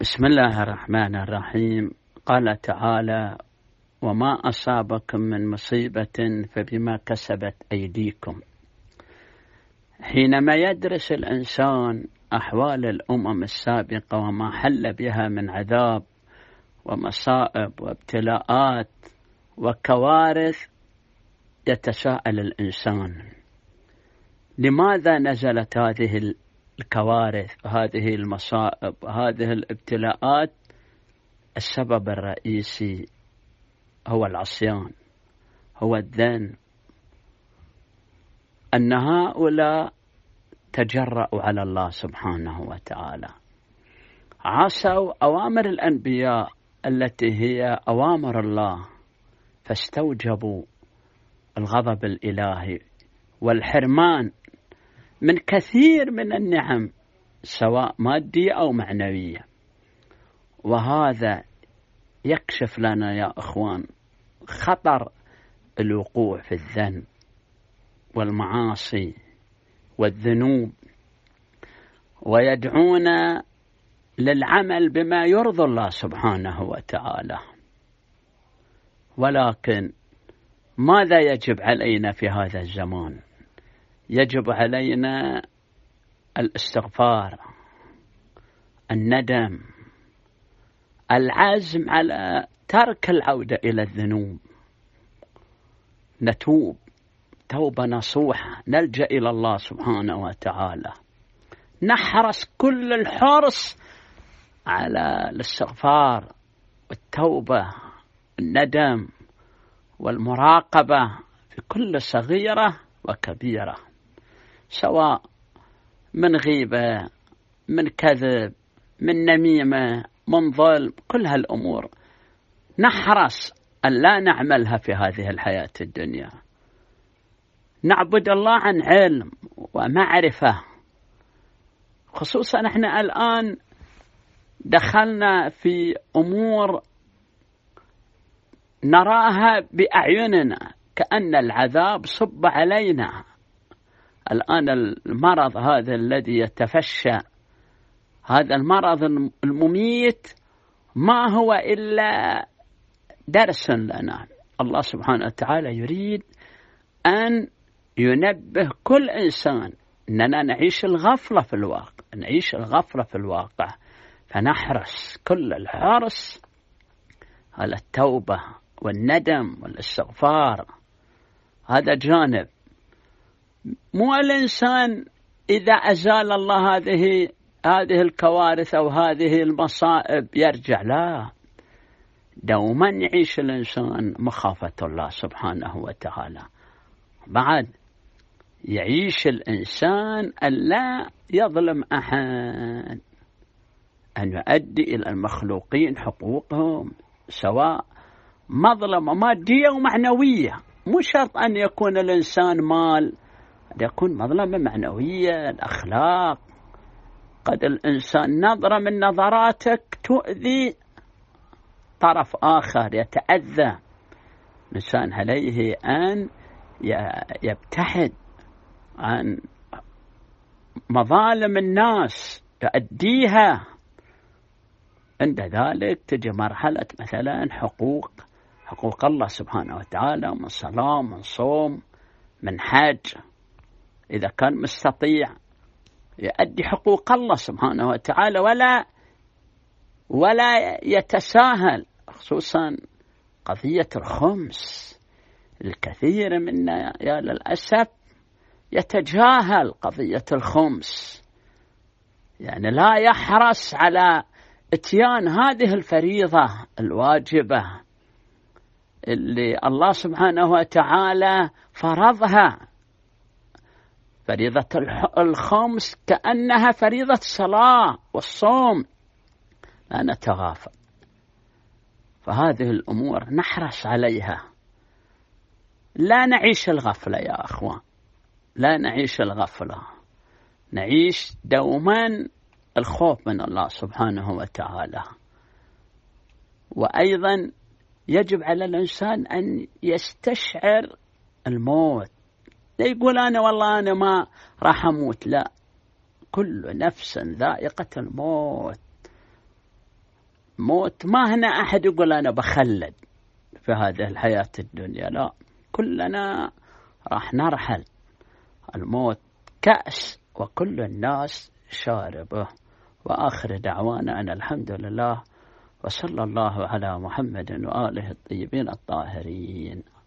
بسم الله الرحمن الرحيم. قال تعالى: وما أصابكم من مصيبة فبما كسبت أيديكم. حينما يدرس الإنسان أحوال الأمم السابقة وما حل بها من عذاب ومصائب وابتلاءات وكوارث، يتساءل الإنسان: لماذا نزلت هذه الكوارث وهذه المصائب وهذه الابتلاءات؟ السبب الرئيسي هو العصيان، هو الذنب، أن هؤلاء تجرأوا على الله سبحانه وتعالى، عصوا أوامر الأنبياء التي هي أوامر الله، فاستوجبوا الغضب الإلهي والحرمان من كثير من النعم سواء مادية أو معنوية. وهذا يكشف لنا يا أخوان خطر الوقوع في الذنب والمعاصي والذنوب، ويدعونا للعمل بما يرضي الله سبحانه وتعالى. ولكن ماذا يجب علينا في هذا الزمان؟ يجب علينا الاستغفار، الندم، العزم على ترك العودة إلى الذنوب، نتوب توبة نصوحة، نلجأ إلى الله سبحانه وتعالى، نحرص كل الحرص على الاستغفار والتوبة، الندم والمراقبة في كل صغيرة وكبيرة، سواء من غيبة، من كذب، من نميمة، من ظلم، كل هالأمور نحرص أن لا نعملها في هذه الحياة الدنيا. نعبد الله عن علم ومعرفة، خصوصا احنا الآن دخلنا في أمور نراها بأعيننا كأن العذاب صب علينا. الآن المرض هذا الذي يتفشى، هذا المرض المميت، ما هو إلا درس لنا. الله سبحانه وتعالى يريد أن ينبه كل إنسان أننا نعيش الغفلة في الواقع، نعيش الغفلة في الواقع، فنحرص كل الحرص على التوبة والندم والاستغفار. هذا جانب. مو الإنسان إذا أزال الله هذه الكوارث أو هذه المصائب يرجع، لا، دوما يعيش الإنسان مخافة الله سبحانه وتعالى. بعد يعيش الإنسان أن لا يظلم أحد، أن يؤدي إلى المخلوقين حقوقهم، سواء مظلمة مادية ومعنوية. مو شرط أن يكون الإنسان مال، قد يكون مظلمة معنوية، الأخلاق. قد الإنسان نظرة من نظراتك تؤذي طرف آخر، يتأذى. الإنسان عليه أن يبتعد عن مظالم الناس يؤديها. عند ذلك تجي مرحلة مثلا حقوق الله سبحانه وتعالى، من صلاة، من صوم، من حج. إذا كان مستطيع يؤدي حقوق الله سبحانه وتعالى ولا يتساهل، خصوصا قضية الخمس. الكثير منا يا للأسف يتجاهل قضية الخمس، يعني لا يحرص على اتيان هذه الفريضة الواجبة اللي الله سبحانه وتعالى فرضها. فريضة الخمس كأنها فريضة الصلاة والصوم، لا نتغافل. فهذه الأمور نحرص عليها، لا نعيش الغفلة يا أخوان، لا نعيش الغفلة، نعيش دوما الخوف من الله سبحانه وتعالى. وأيضا يجب على الإنسان أن يستشعر الموت، لا يقول أنا ما راح أموت، لا، كل نفس ذائقة الموت. موت ما هنا أحد يقول أنا بخلد في هذه الحياة الدنيا، لا، كلنا راح نرحل. الموت كأس وكل الناس شاربه. وآخر دعوانا أن الحمد لله، وصلى الله على محمد وآله الطيبين الطاهرين.